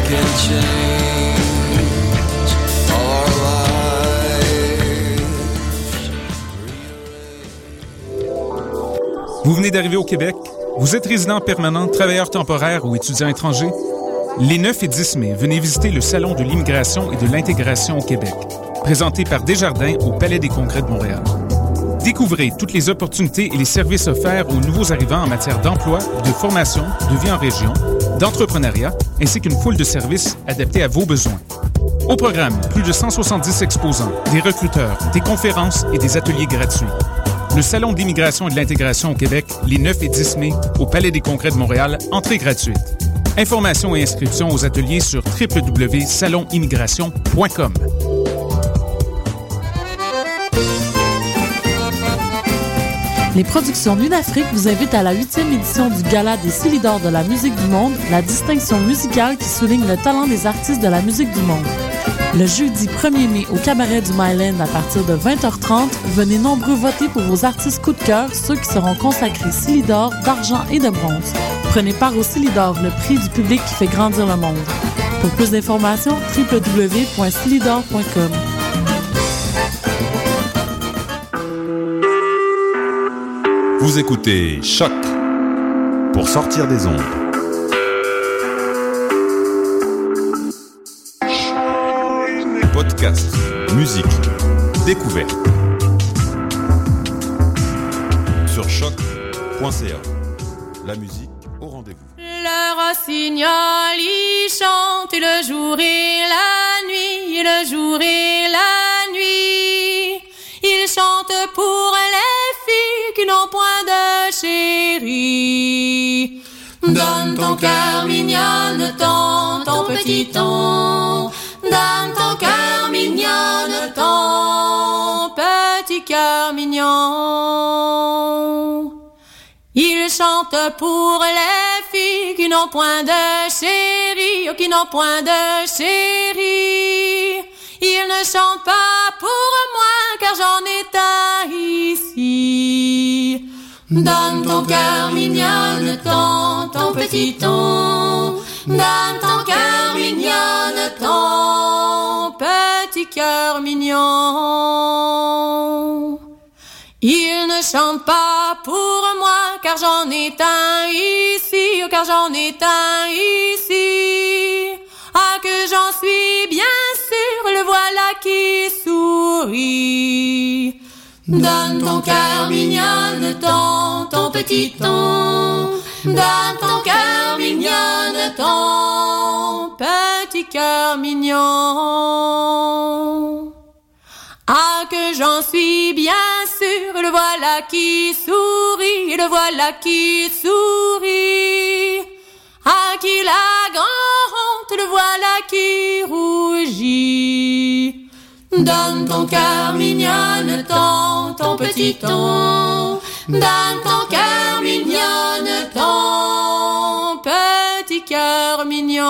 can change our lives. Vous venez d'arriver au Québec? Vous êtes résident permanent, travailleur temporaire ou étudiant étranger? Les 9 et 10 mai, venez visiter le Salon de l'immigration et de l'intégration au Québec, présenté par Desjardins au Palais des Congrès de Montréal. Découvrez toutes les opportunités et les services offerts aux nouveaux arrivants en matière d'emploi, de formation, de vie en région, d'entrepreneuriat, ainsi qu'une foule de services adaptés à vos besoins. Au programme, plus de 170 exposants, des recruteurs, des conférences et des ateliers gratuits. Le Salon de l'immigration et de l'intégration au Québec, les 9 et 10 mai, au Palais des Congrès de Montréal, entrée gratuite. Informations et inscriptions aux ateliers sur www.salonimmigration.com. Les productions Lunafrique vous invitent à la 8e édition du Gala des Silidor de la musique du monde, la distinction musicale qui souligne le talent des artistes de la musique du monde. Le jeudi 1er mai au Cabaret du Myland à partir de 20h30, venez nombreux voter pour vos artistes coup de cœur, ceux qui seront consacrés Silidor, d'argent et de bronze. Prenez part au Silidor, le prix du public qui fait grandir le monde. Pour plus d'informations, www.silidor.com. Vous écoutez Choc pour sortir des ondes. Podcast, musique, découverte. Sur choc.ca. La musique au rendez-vous. Le rossignol, il chante le jour et la nuit, le jour et la nuit. Il chante pour les filles qui n'ont point de chéri. Donne ton cœur mignonne, ton petit ton. Donne ton cœur mignonne, ton petit cœur mignon. Il chante pour les filles qui n'ont point de chéri, qui n'ont point de chéri. Il ne chante pas pour moi, car j'en ai un ici. Donne ton cœur mignonne, ton petit ton. Donne ton cœur mignonne, ton petit cœur mignon. Il ne chante pas pour moi, car j'en ai un ici, car j'en ai un ici. Ah, que j'en suis bien sûre, le voilà qui sourit. Donne ton cœur mignonne, ton petit ton. Donne ton cœur mignonne, ton petit cœur mignon. Ah, que j'en suis bien sûre, le voilà qui sourit, le voilà qui sourit. Ah, qu'il a grand honte, le voilà qui rougit. Donne ton cœur mignonne, ton petit ton. Donne ton cœur mignonne, ton petit cœur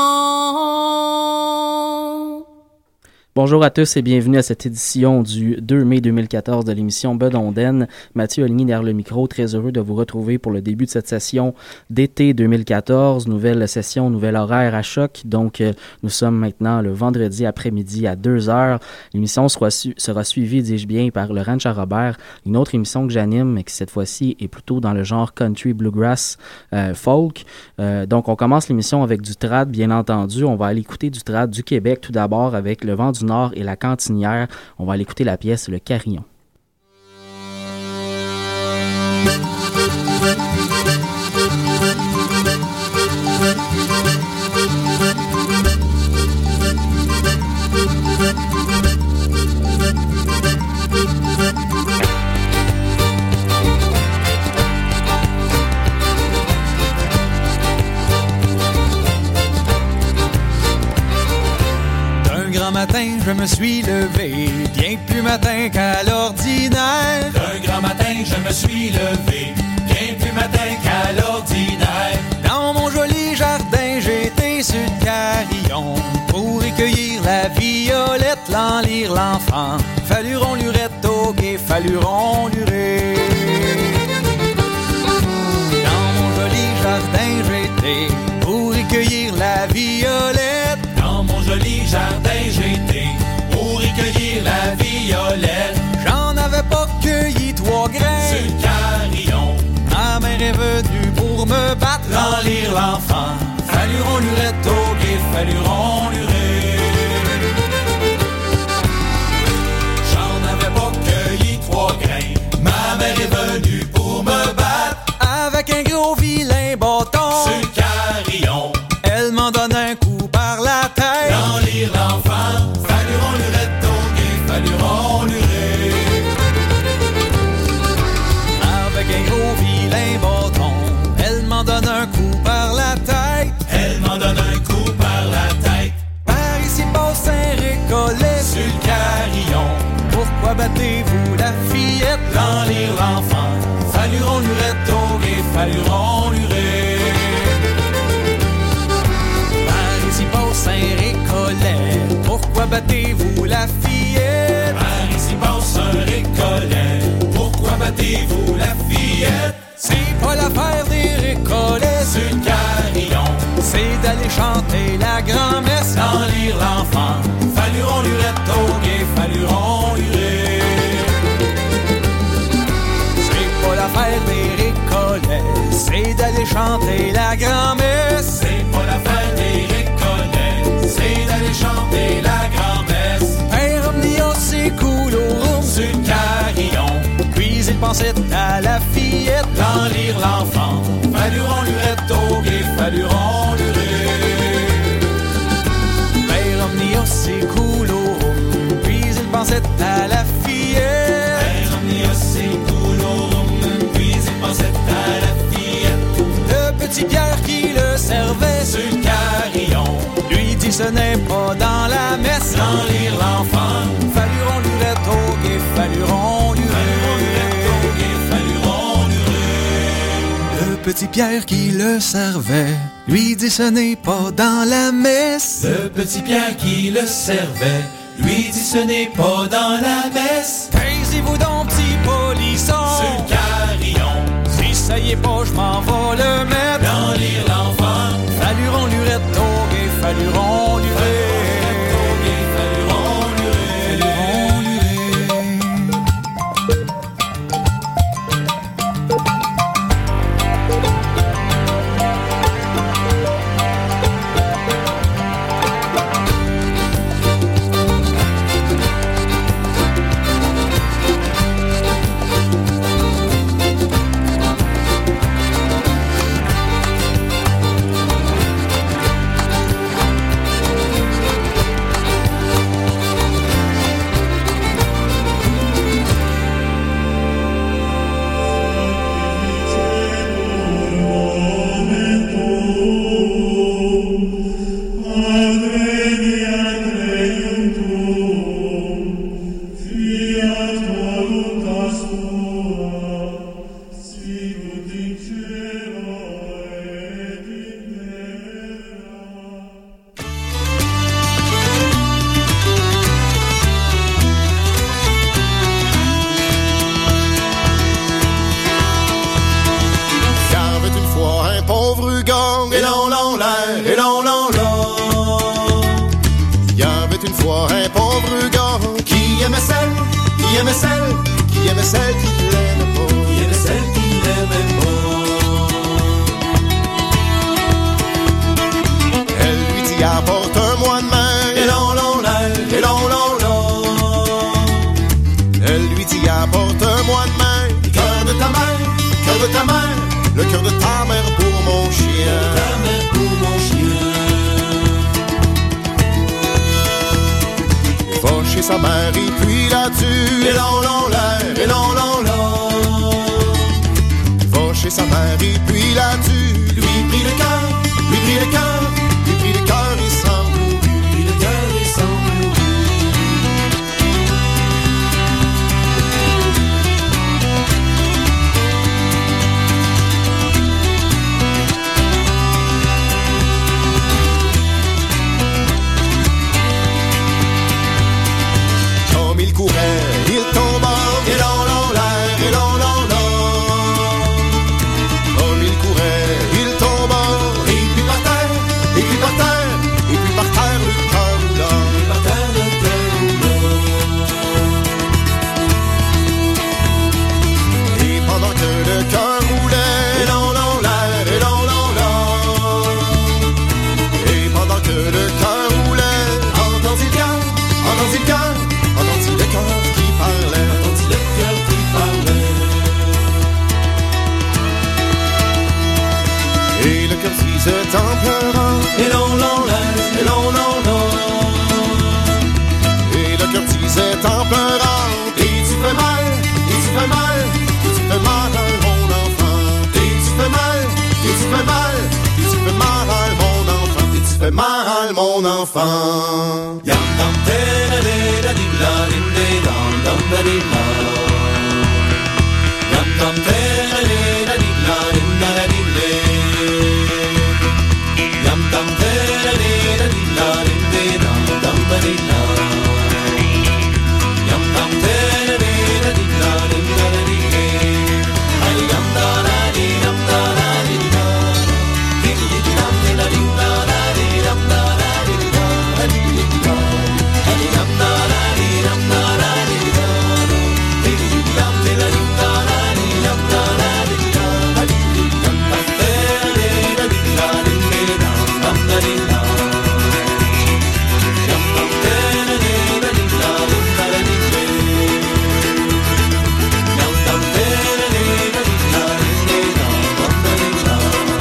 mignon. Bonjour à tous et bienvenue à cette édition du 2 mai 2014 de l'émission Bedonden. Mathieu Oligny derrière le micro, très heureux de vous retrouver pour le début de cette session d'été 2014. Nouvelle session, nouvel horaire à Choc. Donc, nous sommes maintenant le vendredi après-midi à 2h. L'émission sera suivie, dis-je bien, par le Ranch à Robert, une autre émission que j'anime, mais qui cette fois-ci est plutôt dans le genre country, bluegrass, folk. Donc, on commence l'émission avec du trad, bien entendu. On va aller écouter du trad du Québec tout d'abord avec le Vent du Nord et la Cantinière. On va aller écouter la pièce Le Carillon. Matin, je me suis levé bien plus matin qu'à l'ordinaire. Un grand matin, je me suis levé bien plus matin qu'à l'ordinaire. Dans mon joli jardin, j'étais sur le carillon pour recueillir la violette, l'en lire l'enfant. Falluron lurette au gué, falluron luré. Dans mon joli jardin, j'étais pour recueillir la violette. battre, l'enlire l'enfant. Falluron lurette au gué, falluron lurette. J'en avais pas cueilli 3 grains. Ma mère est venue pour me battre avec un gros vilain bâton sur le carillon. Elle m'en donne un coup par la tête. L'enlire l'enfant. Falluron lurette au gué, falluron lurette. Avec un gros vilain bâton, elle m'en donne un coup par la tête. Elle m'en donne un coup par la tête. Par ici passe un récollet sur le carillon. Pourquoi battez-vous la fillette? L'enlire l'enfant. Falluron lurette au gué, falluron lurette. Par ici passe un récollet. Pourquoi battez-vous la fillette? Par ici passe un récollet. Pourquoi battez-vous la fillette? C'est pas l'affaire des récollets sur le carillon. C'est d'aller chanter la grand-messe. L'enlire l'enfant. Falluron lurette au gué, falluron lurette. C'est pas l'affaire des récollets. C'est d'aller chanter la grand-messe. C'est pas l'affaire des récollets. C'est d'aller chanter la grand-messe. Père Omnia, c'est cool au roum sur le carillon. Puis il pensait à la fillette. L'enlire l'enfant. Falluron lurette au gué, falluron lurette. Père Omnia, c'est cool au roum. Puis il pensait à la fillette. Père Omnia, c'est cool au roum. Puis il pensait à la fillette. Le petit Pierre qui le servait sur le carillon lui dit ce n'est pas dans la messe. L'enlire l'enfant. Falluron lurette au gué, falluron lurette. Le petit Pierre qui le servait lui dit ce n'est pas dans la messe. Le petit Pierre qui le servait lui dit ce n'est pas dans la messe. Taisez-vous donc, petit polisson, sur le carillon. Si ça y est pas, je m'en vais le mettre. L'enlire l'enfant. Falluron lurette au gué, falluron lurette. Il tomba, et l'on mal, mon enfant. Yam dam da da di la di dam dam da di la. Yam dam da da di la di da di le. Yam dam da da di la di dam dam da di la. Yam dam da da di la di da di le. Ay yam da da di dam da da di da. Di di dam da di da da di dam da da di da. Di di da. Ay yam da da di dam da da di da. Di di dam da di da da di dam da da di da. Di di dam da di da di dam dam da di da. Yam dam da di da di da da di le. Yam dam da di da di da di dam dam da di da.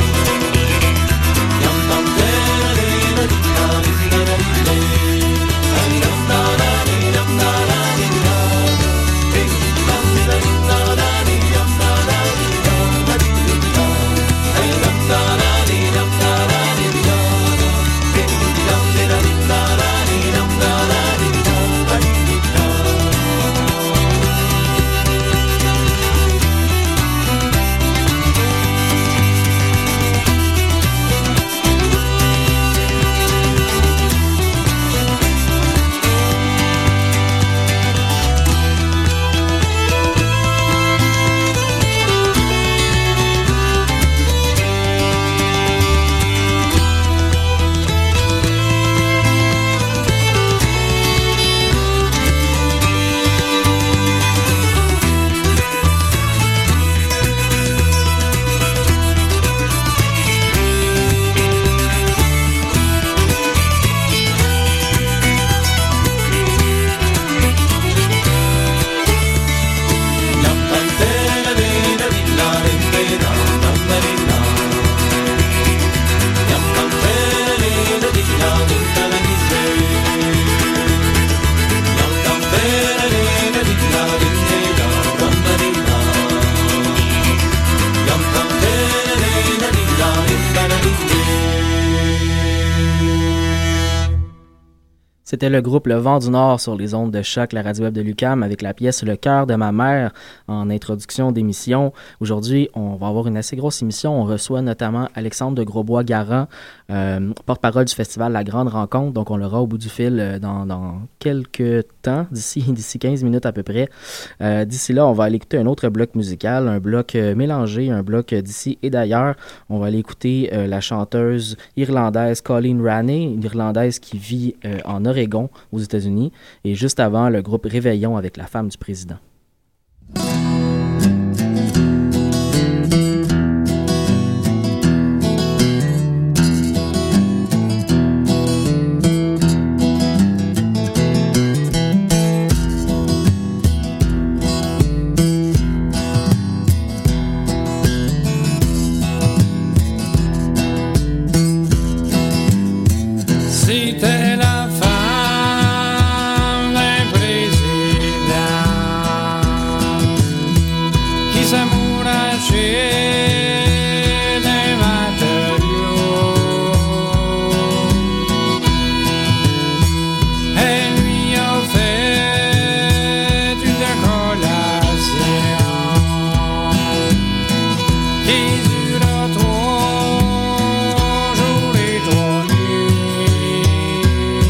Yam dam da di da di da di le. Ay dam da da di dam da da di da. Di dam da di da da di dam da da di da. Di da. Ay dam da da di dam da da di da. Di dam da di da di dam da da di da. Di da. C'était le groupe Le Vent du Nord sur les ondes de Choc, la radio web de l'UQAM, avec la pièce Le cœur de ma mère en introduction d'émission. Aujourd'hui, on va avoir une assez grosse émission. On reçoit notamment Alexandre de Grosbois-Garand, porte-parole du festival La Grande Rencontre. Donc, on l'aura au bout du fil dans quelques temps, d'ici 15 minutes à peu près. D'ici là, on va aller écouter un autre bloc musical, un bloc mélangé, un bloc d'ici et d'ailleurs. On va aller écouter la chanteuse irlandaise Colleen Raney, une irlandaise qui vit en Oregon, aux États-Unis, et juste avant, le groupe Réveillon avec la femme du président. C'était la femme d'un président qui s'amourachait d'un matériau. Elle lui a fait une collation qui dura 3 jours et 3 nuits.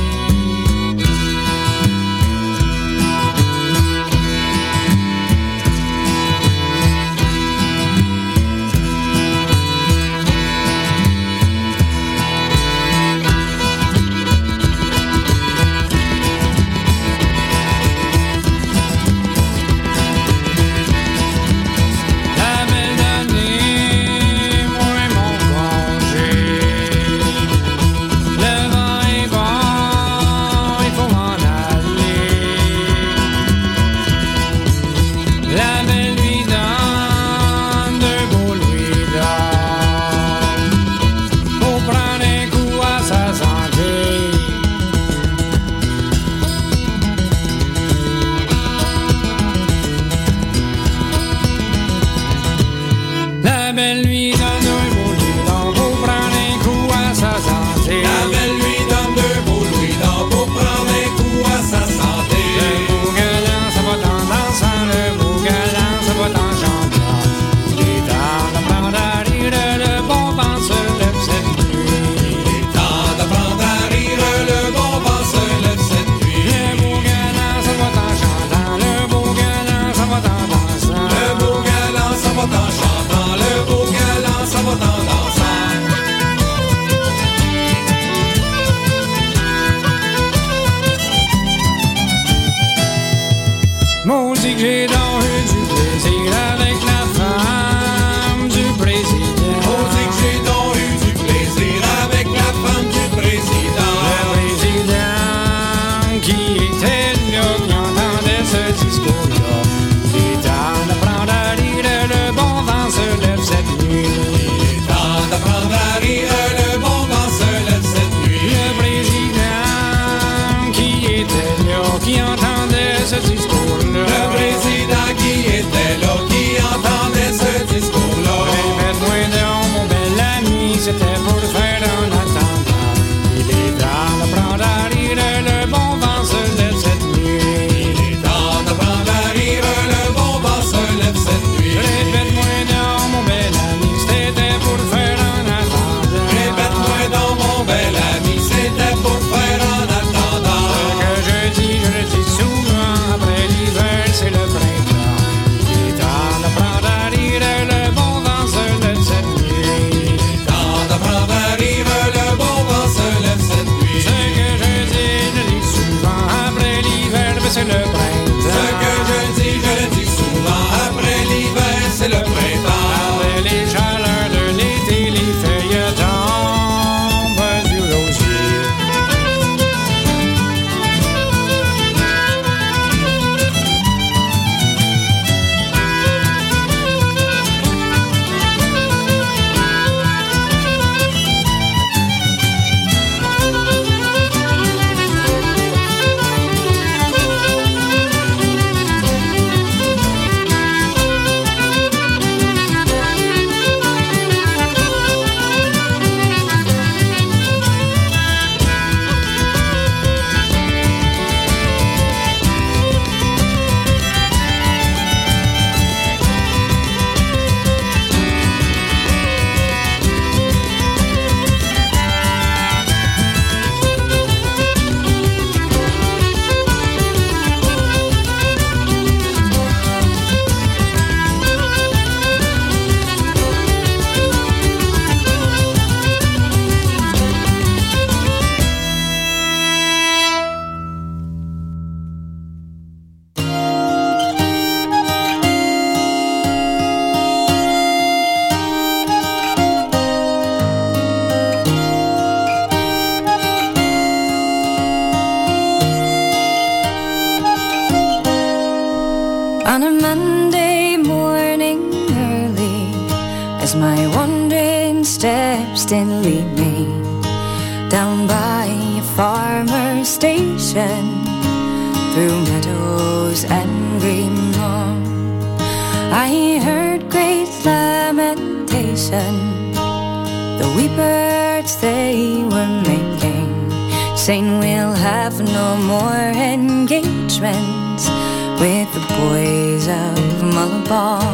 did lead me down by a farmer's station, through meadows and green lawn. I heard great lamentation, the wee birds they were making, saying we'll have no more engagements with the boys of Malabar.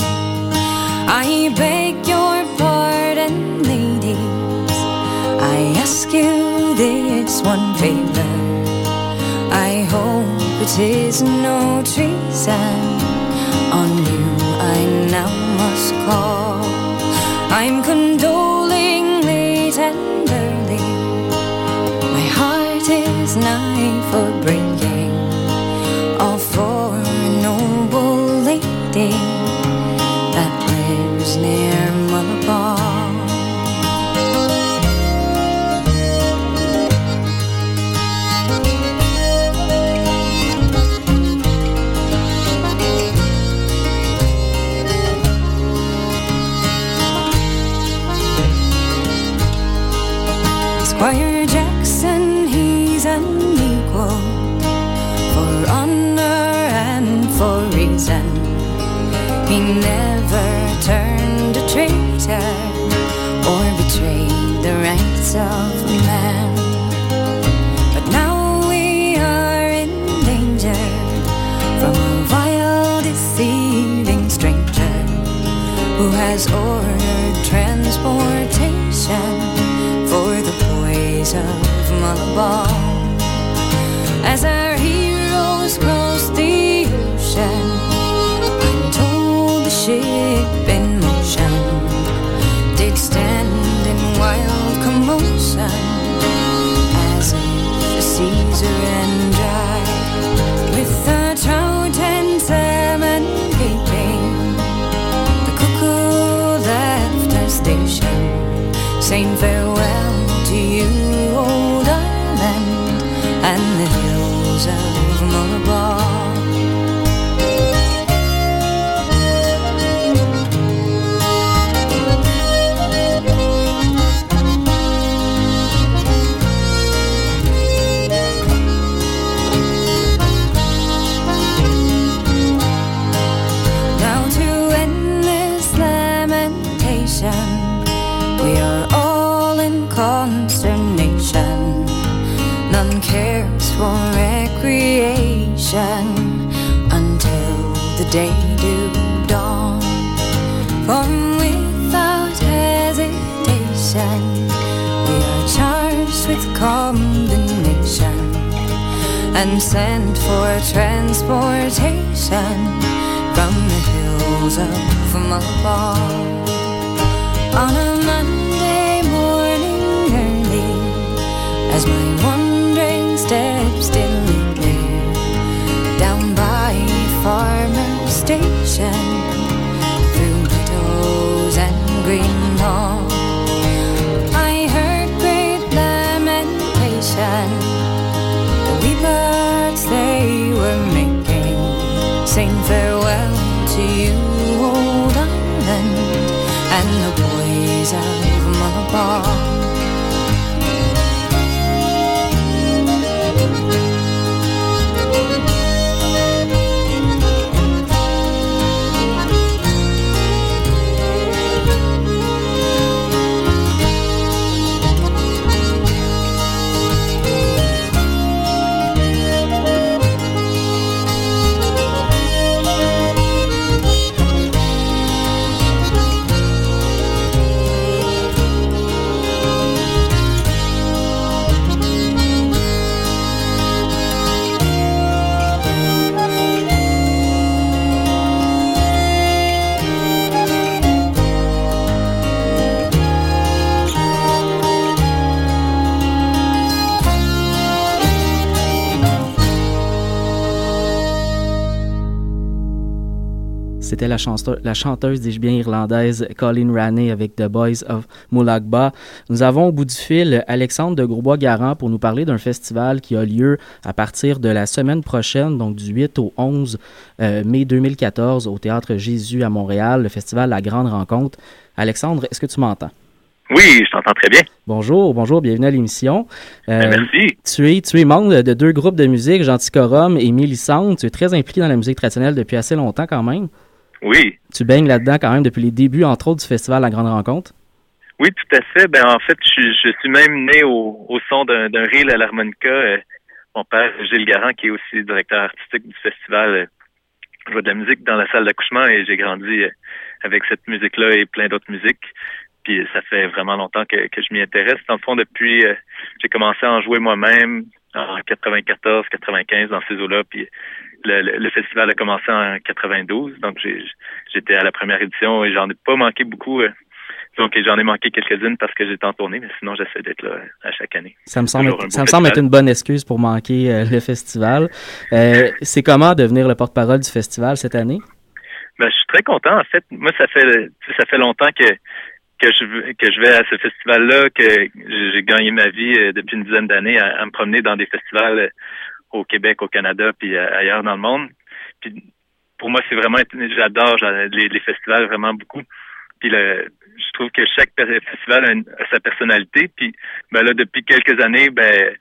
I beg your pardon, ladies, I ask you this one favor. I hope it is no treason, on you I now must call. I'm condolingly tenderly, my heart is nigh for breaking, all for a noble lady that lives near Malabar. Squire Jackson, he's unequal for honor and for reason. He never turned a traitor or betrayed the rights of man. But now we are in danger from a vile, deceiving stranger who has ordered transportation for the boys of Malabar. As our heroes cross the ocean, I'm told the ship in motion did stand in wild commotion, as if the seas ran dry, with the trout and salmon gaping. The cuckoo left her station, saying farewell to you, old island, and the hills of Malabar. Now to end this lamentation, we are all in consternation. None cares for recreation until the day do dawn. For without hesitation, we are charged with condemnation and sent for transportation from the hills of Malabar. On a Monday morning early, as my wandering steps did lead me down by farmer's station, through meadows and green lawn, I heard great lamentation, the wee birds they were making, saying farewell to you, old island, and the boys of Malabar. C'était la chanteuse, dis-je bien, irlandaise Colleen Raney avec The Boys of Moolagba. Nous avons au bout du fil Alexandre de Grosbois-Garand pour nous parler d'un festival qui a lieu à partir de la semaine prochaine, donc du 8 au 11 mai 2014 au Théâtre Jésus à Montréal, le festival La Grande Rencontre. Alexandre, est-ce que tu m'entends? Oui, je t'entends très bien. Bonjour, bienvenue à l'émission. Merci. Tu es membre de 2 groupes de musique, Gentikorum et Mélissande. Tu es très impliqué dans la musique traditionnelle depuis assez longtemps quand même. Oui. Tu baignes là-dedans quand même depuis les débuts, entre autres, du festival La Grande Rencontre. Oui, tout à fait. Ben en fait, je suis même né au son d'un reel à l'harmonica. Mon père, Gilles Garand, qui est aussi directeur artistique du festival, joue de la musique dans la salle d'accouchement et j'ai grandi avec cette musique-là et plein d'autres musiques. Puis ça fait vraiment longtemps que je m'y intéresse. Dans le fond, depuis, j'ai commencé à en jouer moi-même en 94, 95 dans ces eaux-là. Puis le festival a commencé en 92. Donc j'étais à la première édition et j'en ai pas manqué beaucoup. Donc j'en ai manqué quelques-unes parce que j'étais en tournée, mais sinon j'essaie d'être là à chaque année. Ça me semble être une bonne excuse pour manquer le festival. C'est comment devenir le porte-parole du festival cette année? Ben, je suis très content. En fait, moi, ça fait longtemps que je vais à ce festival-là, que j'ai gagné ma vie depuis une dizaine d'années à me promener dans des festivals au Québec, au Canada, puis ailleurs dans le monde. Puis pour moi, c'est vraiment, j'adore les festivals vraiment beaucoup. Puis je trouve que chaque festival a sa personnalité. Puis ben là, depuis quelques années, ben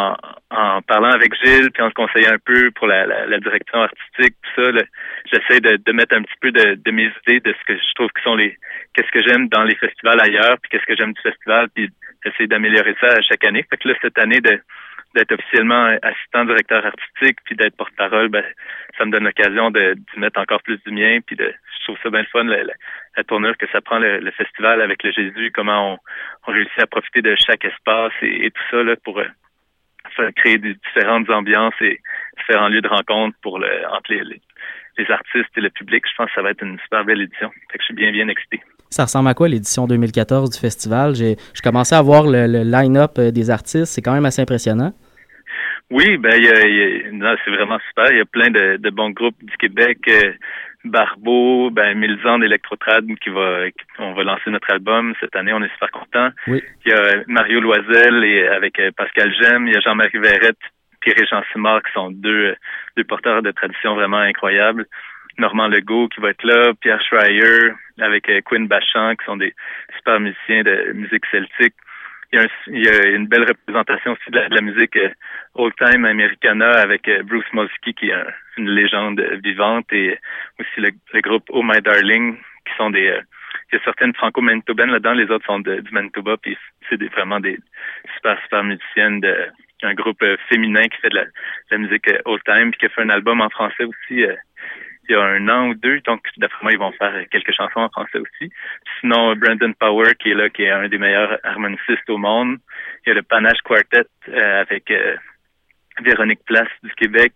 en parlant avec Gilles, puis en se conseillant un peu pour la direction artistique, tout ça, j'essaie de mettre un petit peu de mes idées, de ce que je trouve que sont qu'est-ce que j'aime dans les festivals ailleurs, puis qu'est-ce que j'aime du festival, puis essayer d'améliorer ça à chaque année. Fait que là, cette année, d'être officiellement assistant directeur artistique, puis d'être porte-parole, ben ça me donne l'occasion d'y mettre encore plus du mien, puis je trouve ça bien le fun, la tournure que ça prend le festival avec le Jésus, comment on réussit à profiter de chaque espace et tout ça là pour créer des différentes ambiances et différents lieux de rencontre entre les artistes et le public. Je pense que ça va être une super belle édition. Fait que je suis bien excité. Ça ressemble à quoi l'édition 2014 du festival? J'ai commencé à voir le line-up des artistes. C'est quand même assez impressionnant. Oui, ben non, c'est vraiment super. Il y a plein de bons groupes du Québec. Barbeau, Mélissande, Electrotrad on va lancer notre album cette année, on est super contents. Oui. Il y a Mario Loisel avec Pascal Gemme, il y a Jean-Marie Verrette, Pierre-Jean Simard qui sont deux porteurs de tradition vraiment incroyables. Normand Legault qui va être là, Pierre Schreier avec Quinn Bachand qui sont des super musiciens de musique celtique. Il y a une belle représentation aussi de la musique old time americana avec Bruce Mosky qui est une légende vivante et aussi le groupe Oh My Darling qui sont il y a certaines franco-manitobaines là-dedans, les autres sont du Manitoba puis c'est vraiment des super musiciennes un groupe féminin qui fait de la musique old time puis qui a fait un album en français aussi il y a 1 an ou 2, donc d'après moi, ils vont faire quelques chansons en français aussi. Sinon, Brandon Power, qui est là, qui est un des meilleurs harmonicistes au monde. Il y a le Panache Quartet avec Véronique Place du Québec,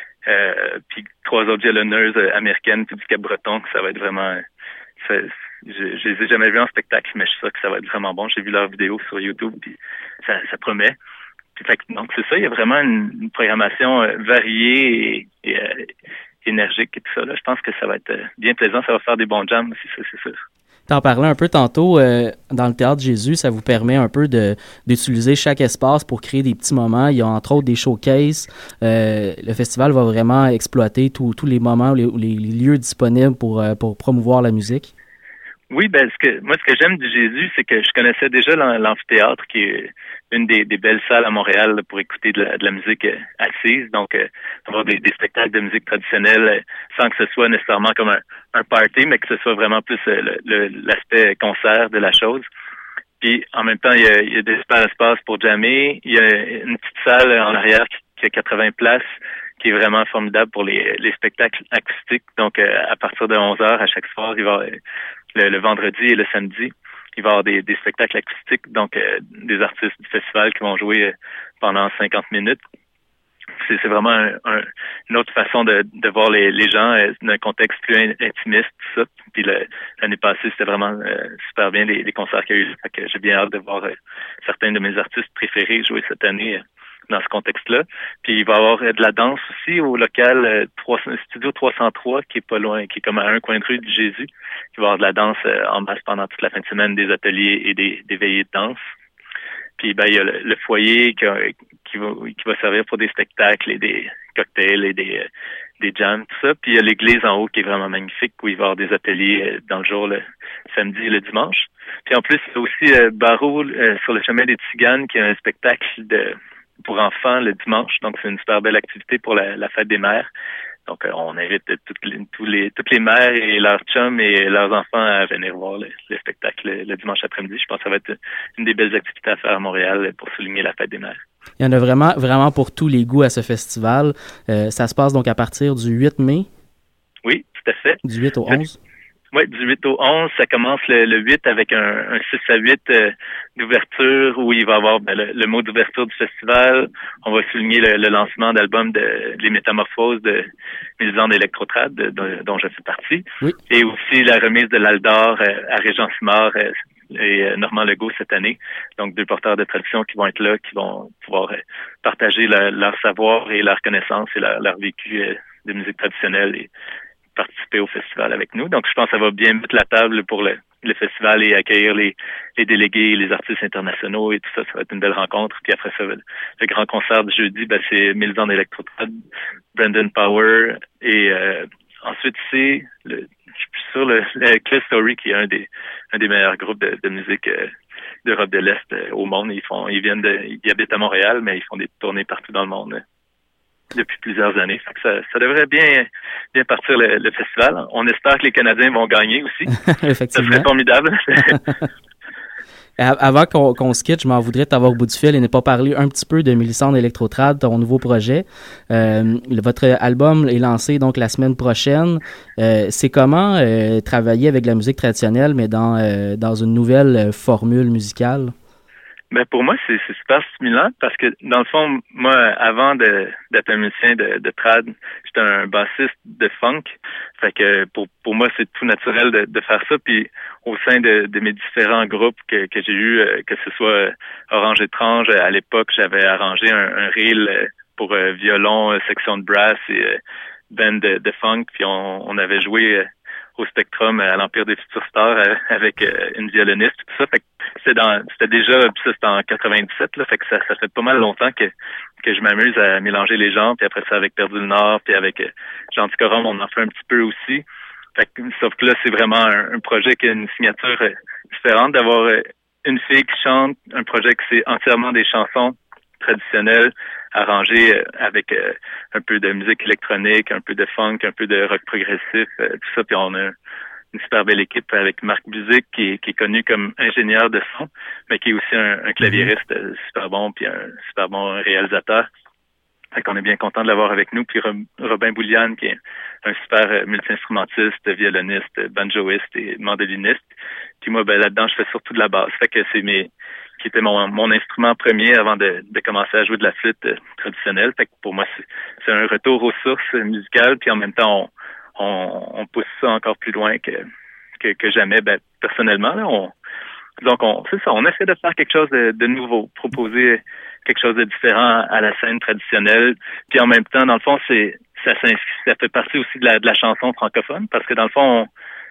puis 3 autres violonneuses américaines puis du Cap-Breton, que ça va être vraiment... je les ai jamais vus en spectacle, mais je suis sûr que ça va être vraiment bon. J'ai vu leurs vidéos sur YouTube, puis ça promet. Puis, donc, c'est ça, il y a vraiment une programmation variée et énergique et tout ça. Là. Je pense que ça va être bien plaisant. Ça va faire des bons jams aussi, ça, c'est sûr. T'en parlais un peu tantôt, dans le Théâtre Jésus, ça vous permet un peu d'utiliser chaque espace pour créer des petits moments. Il y a entre autres des showcases. Le festival va vraiment exploiter tous les moments, les lieux disponibles pour promouvoir la musique. Oui, ce que j'aime du Jésus, c'est que je connaissais déjà l'amphithéâtre, qui est une des belles salles à Montréal là, pour écouter de la musique assise, donc avoir des spectacles de musique traditionnelle sans que ce soit nécessairement comme un party, mais que ce soit vraiment plus l'aspect concert de la chose. Puis en même temps, il y a des super espaces pour jammer. Il y a une petite salle en arrière qui a 80 places, qui est vraiment formidable pour les spectacles acoustiques. Donc à partir de 11h à chaque soir, il va le vendredi et le samedi, il va y avoir des spectacles acoustiques, donc des artistes du festival qui vont jouer pendant 50 minutes. C'est vraiment une autre façon de voir les gens d'un contexte plus intimiste, tout ça. Puis l'année passée, c'était vraiment super bien les concerts qu'il y a eu. Fait que j'ai bien hâte de voir certains de mes artistes préférés jouer cette année dans ce contexte-là. Puis il va y avoir de la danse aussi au local Studio 303 qui est pas loin, qui est comme à un coin de rue de Jésus. Il va y avoir de la danse en masse pendant toute la fin de semaine, des ateliers et des veillées de danse. Puis il y a le foyer qui va servir pour des spectacles et des cocktails et des jams, tout ça. Puis il y a l'église en haut qui est vraiment magnifique où il va y avoir des ateliers dans le jour, samedi et le dimanche. Puis en plus, il y a aussi Barreau sur le chemin des Tziganes qui a un spectacle pour enfants le dimanche. Donc, c'est une super belle activité pour la fête des mères. Donc, on invite toutes les mères et leurs chums et leurs enfants à venir voir le spectacle le dimanche après-midi. Je pense que ça va être une des belles activités à faire à Montréal pour souligner la fête des mères. Il y en a vraiment pour tous les goûts à ce festival. Ça se passe donc à partir du 8 mai? Oui, tout à fait. Du 8 au 11? Oui, du 8 au 11, ça commence le 8 avec un 6 à 8 d'ouverture où il va y avoir le mot d'ouverture du festival. On va souligner le lancement d'album Les Métamorphoses de Mélisande Electrotrad, dont je fais partie. Oui. Et aussi la remise de l'Aldor à Régent Simard et Normand Legault cette année. Donc, 2 porteurs de tradition qui vont être là, qui vont pouvoir partager leur savoir et leur connaissance et leur vécu de musique traditionnelle et participer au festival avec nous. Donc, je pense que ça va bien mettre la table pour le festival et accueillir les délégués, les artistes internationaux et tout ça. Ça va être une belle rencontre. Puis après ça, le grand concert du jeudi, c'est Mélisande Electrotrad, Brendan Power et ensuite c'est je suis plus sûr le Cliff Story qui est un des meilleurs groupes de musique d'Europe de l'Est au monde. Ils habitent à Montréal, mais ils font des tournées partout dans le monde depuis plusieurs années. Fait que ça devrait bien partir le festival. On espère que les Canadiens vont gagner aussi. Effectivement. Ça serait formidable. Avant qu'on se quitte, je m'en voudrais de t'avoir au bout du fil et ne pas parler un petit peu de Mélisande Electrotrad, ton nouveau projet. Votre album est lancé donc la semaine prochaine. C'est comment travailler avec la musique traditionnelle, mais dans une nouvelle formule musicale? Ben pour moi, c'est super stimulant parce que, dans le fond, moi, avant d'être un musicien de trad, j'étais un bassiste de funk. Fait que pour moi, c'est tout naturel de faire ça. Puis au sein de mes différents groupes que j'ai eu, que ce soit Orange Étrange, à l'époque, j'avais arrangé un reel pour violon, section de brass et band de funk. Puis on avait joué au Spectrum à l'Empire des Futurs Stars avec une violoniste tout ça. Fait que c'était déjà, puis ça c'était en 97 là, fait que ça fait pas mal longtemps que je m'amuse à mélanger les genres, puis après ça avec Perdu le Nord, puis avec Jean Ticorum, on en fait un petit peu aussi. Fait que, sauf que là c'est vraiment un projet qui a une signature différente, d'avoir une fille qui chante, un projet qui c'est entièrement des chansons traditionnelles arrangées avec un peu de musique électronique, un peu de funk, un peu de rock progressif, tout ça, puis on a une super belle équipe avec Marc Buzik qui est connu comme ingénieur de son, mais qui est aussi un claviériste super bon, puis un super bon réalisateur. Fait qu'on est bien content de l'avoir avec nous. Puis Robin Bouliane, qui est un super multi-instrumentiste, violoniste, banjoiste et mandoliniste. Puis moi, là-dedans, je fais surtout de la basse. Fait que qui était mon instrument premier avant de commencer à jouer de la flûte traditionnelle. Fait que pour moi, c'est un retour aux sources musicales, puis en même temps, on pousse ça encore plus loin que jamais. Personnellement, là, c'est ça, on essaie de faire quelque chose de nouveau, proposer quelque chose de différent à la scène traditionnelle. Puis en même temps, dans le fond, ça fait partie aussi de la chanson francophone, parce que dans le fond,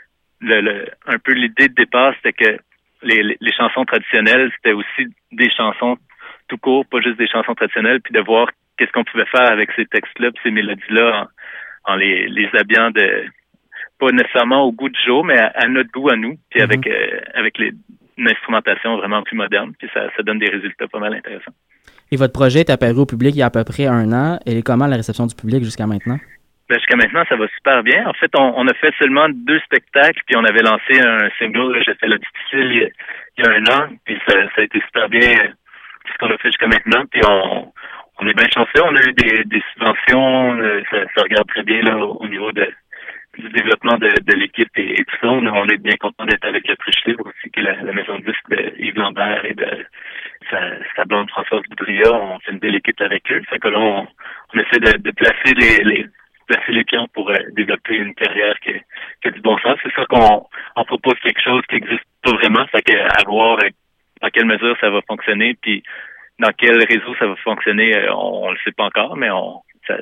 un peu l'idée de départ, c'était que les chansons traditionnelles, c'était aussi des chansons tout court, pas juste des chansons traditionnelles, puis de voir qu'est-ce qu'on pouvait faire avec ces textes-là, puis ces mélodies-là, en les habillant pas nécessairement au goût du jour, mais à notre goût à nous, puis avec une instrumentation vraiment plus moderne, puis ça donne des résultats pas mal intéressants. Et votre projet est apparu au public il y a à peu près 1 an. Et comment la réception du public jusqu'à maintenant? Jusqu'à maintenant, ça va super bien. En fait, on a fait seulement 2 spectacles, puis on avait lancé un single, J'ai fait la difficile il y a 1 an, puis ça a été super bien ce qu'on a fait jusqu'à maintenant, puis on est bien chanceux. On a eu des subventions, ça regarde très bien là au niveau du développement de l'équipe et tout ça. On est bien content d'être avec le Triche Libre aussi, qui est la maison de disques de Yves Lambert et de sa blonde Françoise Boudria. On fait une belle équipe avec eux. Fait que là, on essaie de placer les pions pour développer une carrière qui a du bon sens. C'est sûr qu'on propose quelque chose qui n'existe pas vraiment. Fait que à voir dans quelle mesure ça va fonctionner, puis dans quel réseau ça va fonctionner, on le sait pas encore, mais on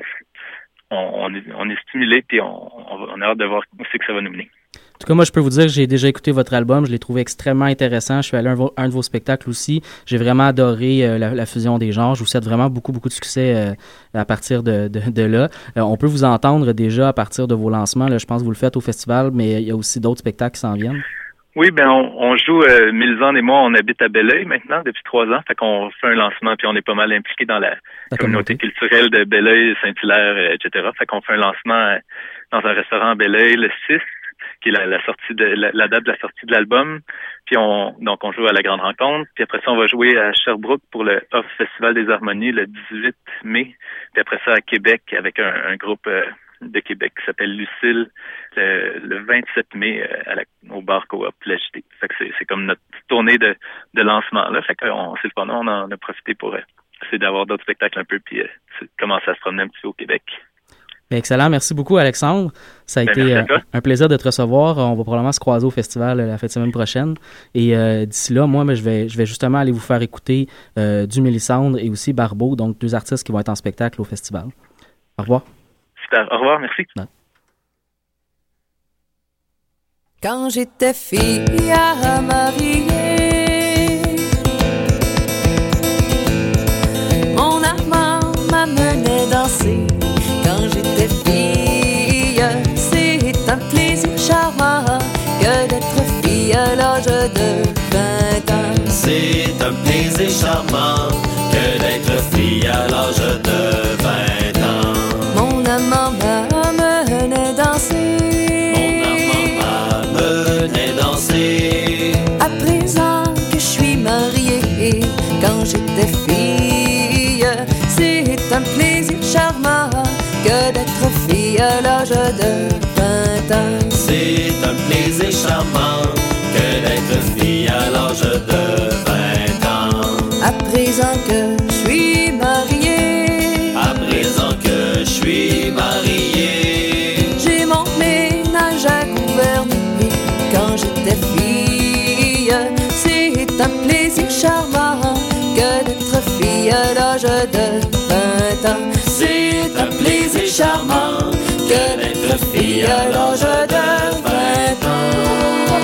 est stimulé, puis on a hâte de voir où c'est que ça va nous mener. En tout cas, moi, je peux vous dire que j'ai déjà écouté votre album. Je l'ai trouvé extrêmement intéressant. Je suis allé à un de vos spectacles aussi. J'ai vraiment adoré la fusion des genres. Je vous souhaite vraiment beaucoup, beaucoup de succès à partir de là. On peut vous entendre déjà à partir de vos lancements. Là, je pense que vous le faites au festival, mais il y a aussi d'autres spectacles qui s'en viennent. Oui, ben on joue, Mélisande et moi, on habite à Belleuil maintenant depuis 3 ans. Fait qu'on fait un lancement, puis on est pas mal impliqué dans la communauté culturelle de Belleuil, Saint-Hilaire, etc. Fait qu'on fait un lancement dans un restaurant à Belleuil le 6, qui est la sortie de la date de la sortie de l'album. Puis on joue à la Grande Rencontre. Puis après ça, on va jouer à Sherbrooke pour le Off Festival des Harmonies le 18 mai. Puis après ça, à Québec, avec un groupe de Québec qui s'appelle Lucille le 27 mai au bar Coop La JT. Fait que c'est comme notre tournée de lancement là. Fait que c'est le fun, on en a profité pour essayer d'avoir d'autres spectacles un peu puis commencer à se promener un petit peu au Québec. Bien, excellent, merci beaucoup Alexandre. Ça a été un plaisir de te recevoir. On va probablement se croiser au festival la fin de semaine prochaine. Et d'ici là, moi, je vais justement aller vous faire écouter du Mélisande et aussi Barbeau, donc 2 artistes qui vont être en spectacle au festival. Au revoir. Super, au revoir, merci. Ouais. Quand j'étais fille à marier, mon amant m'amenait danser. Quand j'étais fille, c'est un plaisir charmant que d'être fille à l'âge de 20 ans. C'est un plaisir charmant que d'être fille à l'âge de 20 ans. Mon amant m'amenait danser. À présent que je suis mariée, quand j'étais fille, c'est un plaisir charmant que d'être fille à l'âge de 20 ans. C'est un plaisir charmant que d'être fille à l'âge de 20 ans. À présent que je suis mariée, à présent que je suis mariée, j'ai mon ménage à gouverner. Quand j'étais fille, c'est un plaisir charmant que d'être fille à l'âge de 20 ans. C'est un plaisir charmant que d'être fille à l'âge de 20 ans.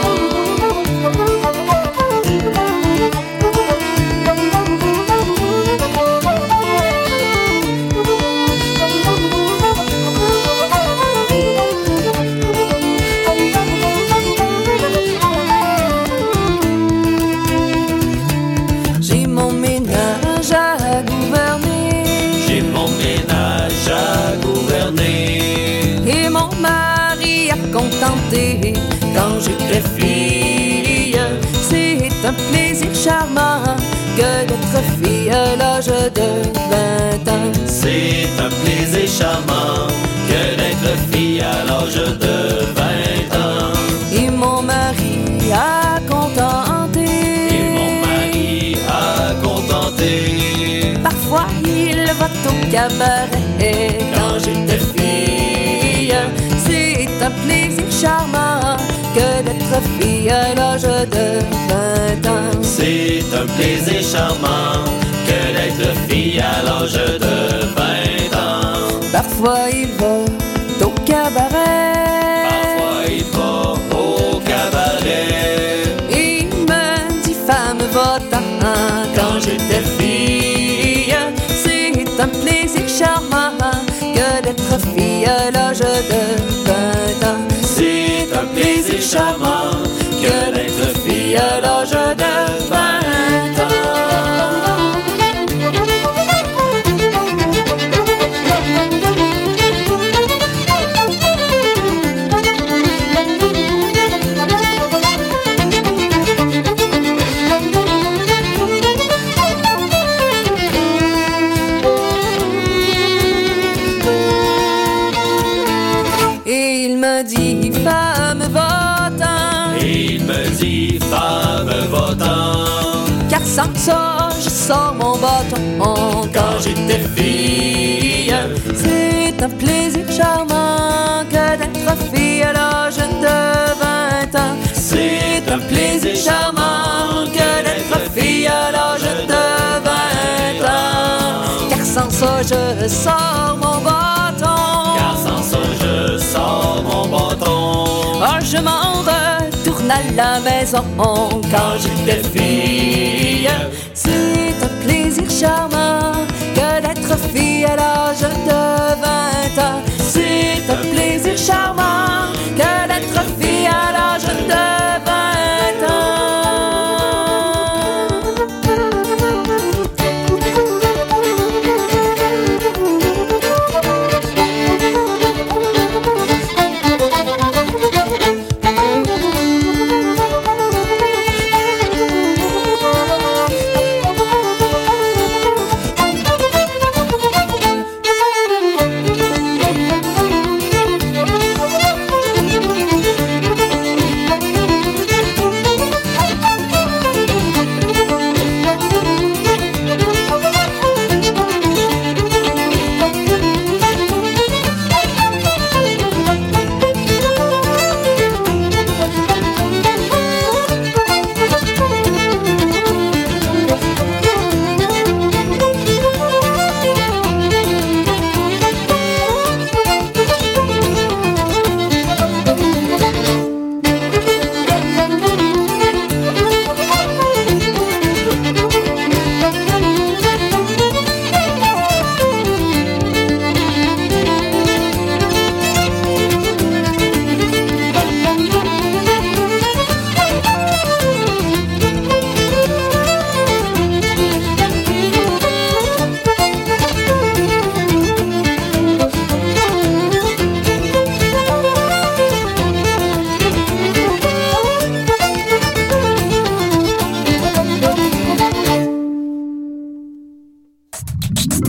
Quand j'étais fille, c'est un plaisir charmant que d'être fille à l'âge de 20 ans. C'est un plaisir charmant que d'être fille à l'âge de 20 ans. Et mon mari a contenté. Et mon mari a contenté. Parfois il va au cabaret. Quand j'étais fille, c'est un plaisir charmant que d'être fille à l'âge de 20 ans. C'est un plaisir charmant que d'être fille à l'âge de 20 ans. Parfois il va au cabaret. Parfois il va au cabaret. Il me dit femme va-t'en. Quand j'étais fille, c'est un plaisir charmant que d'être fille à l'âge de 20 ans. C'est un plaisir charmant que d'être fille à l'âge de 20 ans. Et il me dit femme va-t'en. Et il me dit femme va-t'en. Car sans ça je sors mon bâton. Quand j'étais fille, c'est un plaisir charmant que d'être fille à l'âge de 20 ans. C'est un plaisir charmant que d'être fille à l'âge de 20 ans. Car sans ça je sors mon bâton. Car sans ça je sors mon bâton. Oh, je m'en retourne à la maison. Quand j'étais fille, c'est un plaisir charmant que d'être fille à l'âge de 20 ans. C'est un plaisir charmant que d'être fille à l'âge de 20 ans.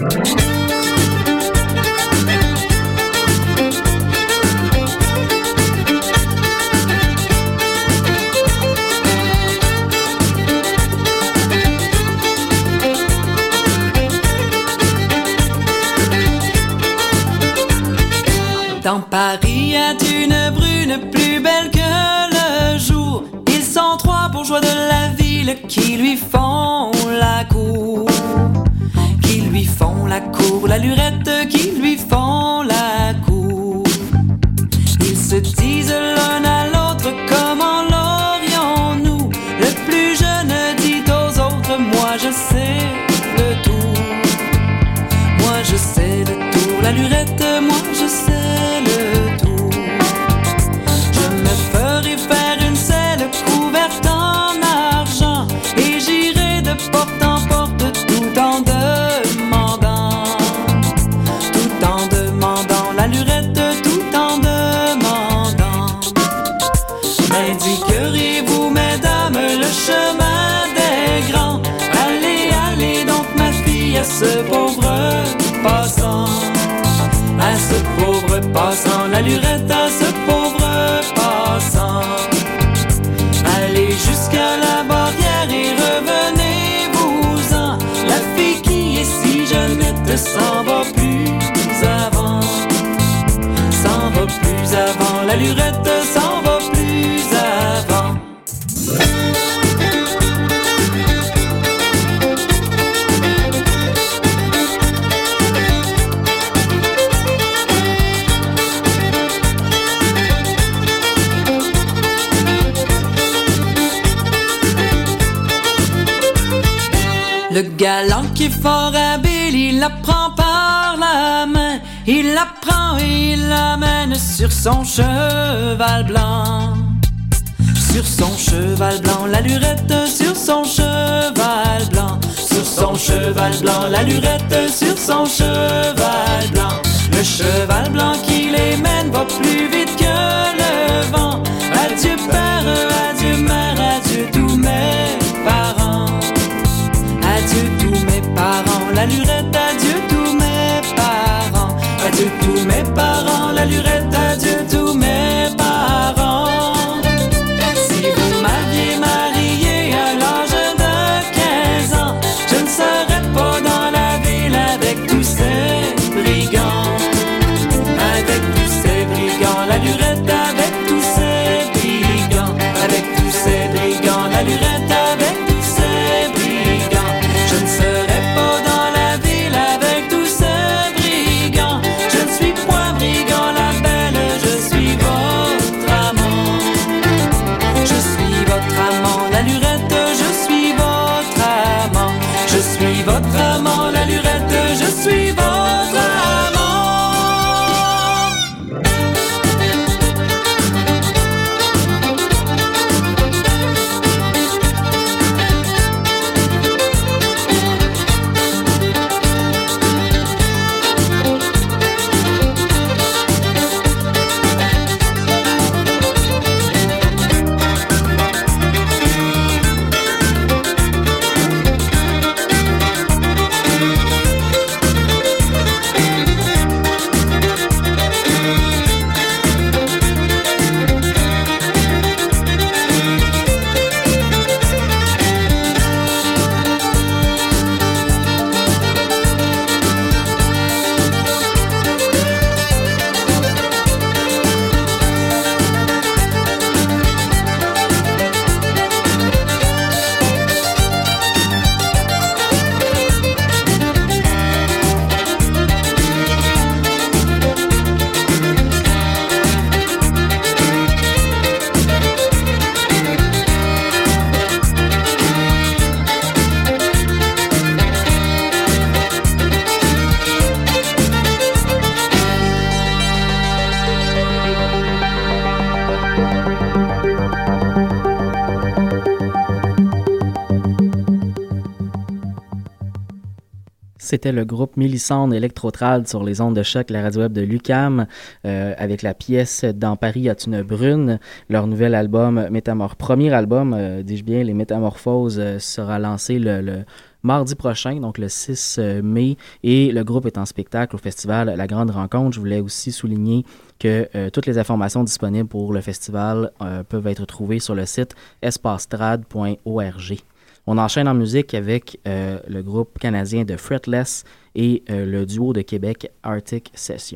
Dans Paris, y a une brune plus belle que le jour. Ils sont trois bourgeois de la ville qui lui font la cour. Qui lui font la cour, la lurette, qui lui font la cour. Ils se disent l'un à l'autre, comment l'aurions-nous? Le plus jeune dit aux autres, moi je sais le tour. Moi je sais le tour, la lurette, moi je sais le tour. Je me ferai faire une selle couverte en argent et j'irai de porte en porte tout en demandant la lurette, tout en demandant. M'indiquerez-vous, mesdames, le chemin des grands? Allez, allez donc ma fille à ce pauvre passant. À ce pauvre passant, la lurette à ce pauvre passant. Allez jusqu'à la barrière et revenez-vous-en. La fille qui est si jeunette s'en va plus avant. S'en va plus avant, la lurette s'en va plus avant. Le galant qui est fort habile, il la prend par la main. Il la prend et il l'amène sur son cheval blanc. Sur son cheval blanc, la lurette, sur son cheval blanc. Sur son cheval blanc, la lurette, sur son cheval blanc. Le cheval blanc qui les mène va plus vite que le vent. Adieu père, adieu mère, adieu tous mes parents. Adieu tous mes parents, la lurette, adieu tous mes parents. Adieu tous mes parents, la lurette, adieu tous mes parents. Si vous m'aviez marié à l'âge de 15 ans, je ne serais pas dans la ville avec tous ces brigands. Avec tous ces brigands, la lurette, avec tous ces brigands. Avec tous ces brigands, la lurette, avec tous ces brigands. Je ne serais pas dans la ville c'était le groupe Mélisande Electrotrad sur les ondes de choc, la radio web de l'UQAM, avec la pièce « Dans Paris as-tu une brune ». Leur nouvel album, premier album, dis-je bien, Les Métamorphoses, sera lancé le mardi prochain, donc le 6 mai, et le groupe est en spectacle au festival La Grande Rencontre. Je voulais aussi souligner que toutes les informations disponibles pour le festival peuvent être trouvées sur le site espacetrad.org. On enchaîne en musique avec le groupe canadien de Fretless et le duo de Québec Arctic Session.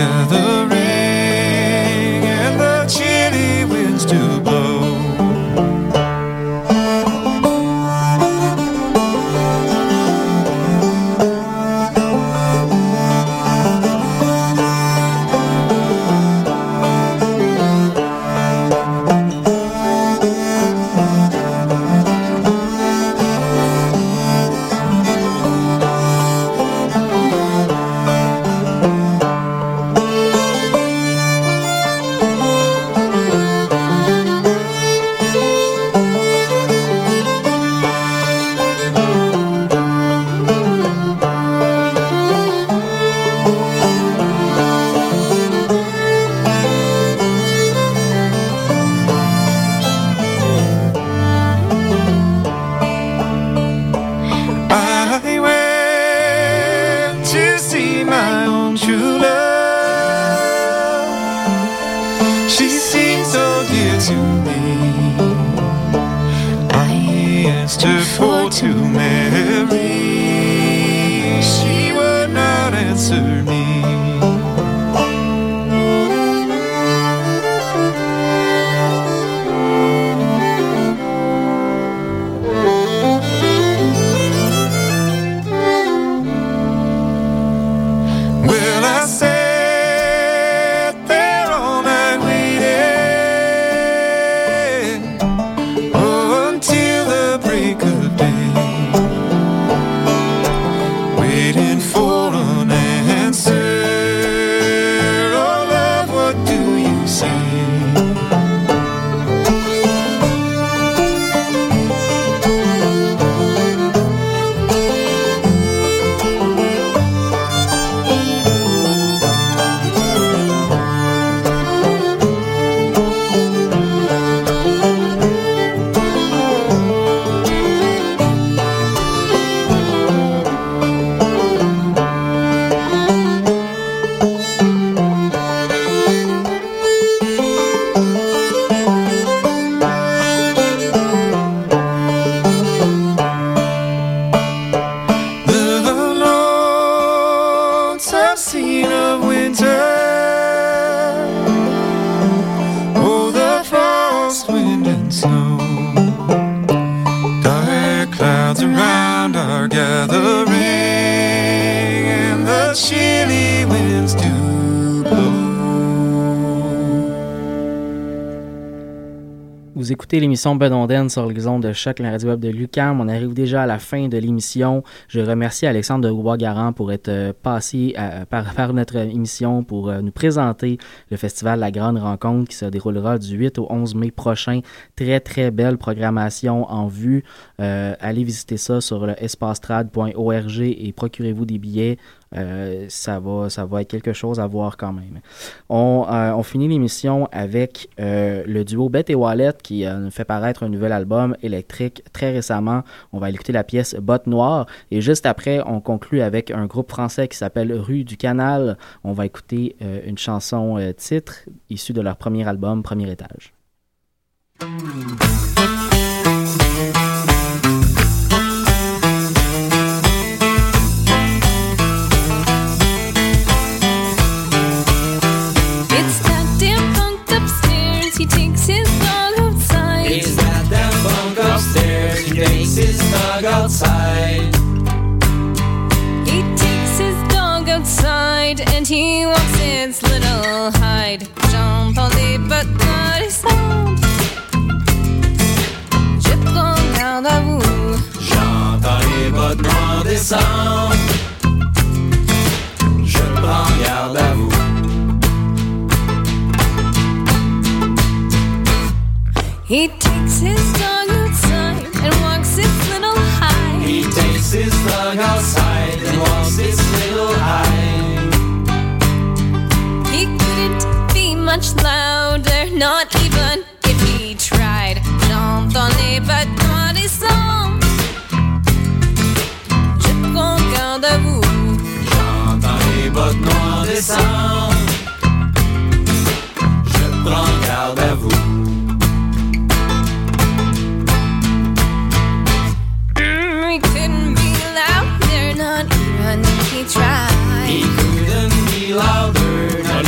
gathering and the chilly winds do blow. Vous écoutez l'émission Bedonden sur les ondes de Choc, la radio web de l'UQAM. On arrive déjà à la fin de l'émission. Je remercie Alexandre de Roy-Garant pour être passé par notre émission pour nous présenter le festival La Grande Rencontre qui se déroulera du 8 au 11 mai prochain. Très, très belle programmation en vue. Allez visiter ça sur le espacetrad.org et procurez-vous des billets. Ça va être quelque chose à voir quand même. On finit l'émission avec le duo Bête et Wallet qui fait paraître un nouvel album électrique très récemment. On va écouter la pièce Botte Noire et juste après on conclut avec un groupe français qui s'appelle Rue du Canal. On va écouter une chanson titre issue de leur premier album Premier Étage. He takes his dog outside. He's got that bunk upstairs. He takes his dog outside. He takes his dog outside and he walks its little hide. J'entendais pas de sound. Je prends garde à vous. J'entends les bottes noires descendre. Je prends garde à vous. He takes his dog outside and walks its little hide. He takes his dog outside and walks its little hide. He couldn't be much louder, not even if he tried. J'entendais pas de descendre. Je prends garde à vous. J'entends les bottes noires descendre. Je prends garde à vous. He couldn't be louder, not even if he tried. He couldn't be louder, not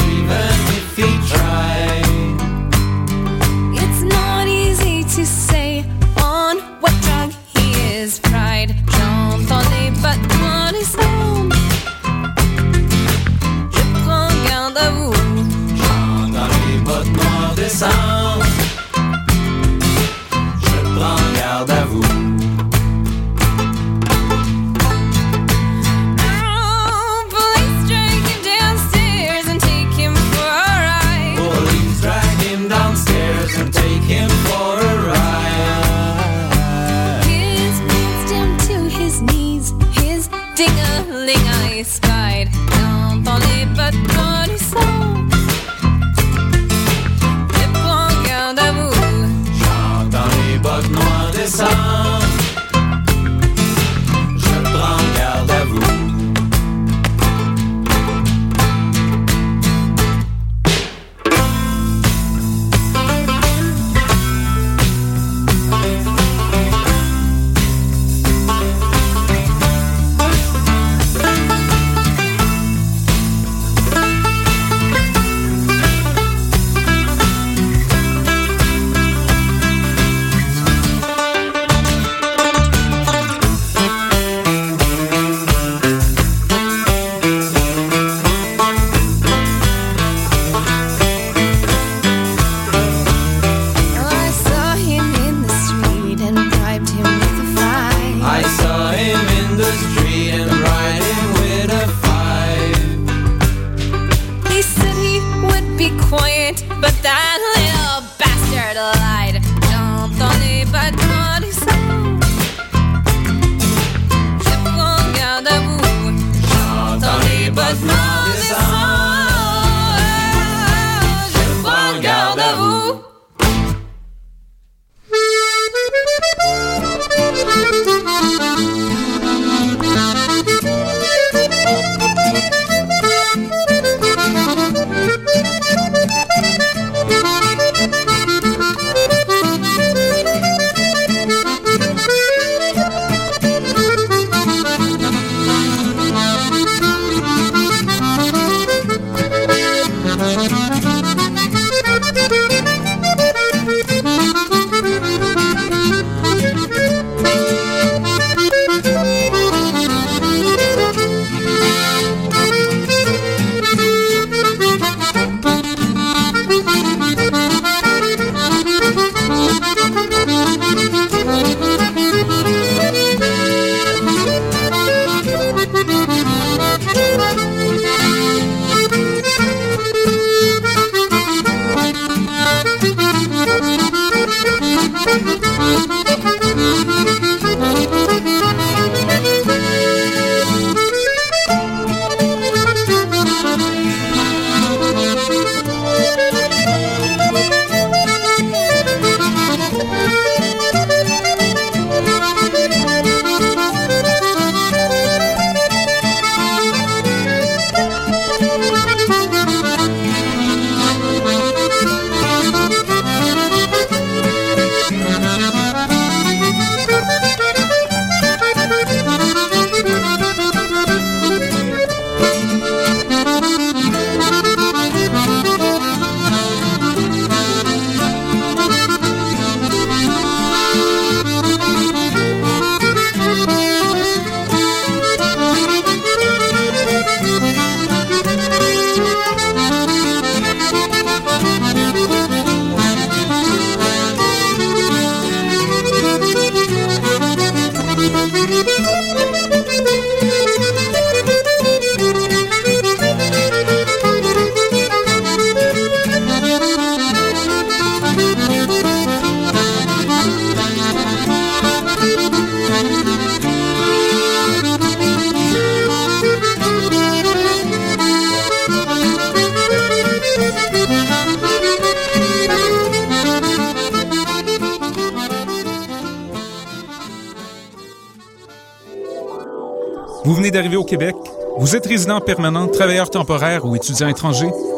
be quiet, but that little bastard lied. J'entendais battement les sons. Je prends garde à vous. J'entendais battement les sons. Je prends garde à vous. Vous venez d'arriver au Québec? Vous êtes résident permanent, travailleur temporaire ou étudiant étranger?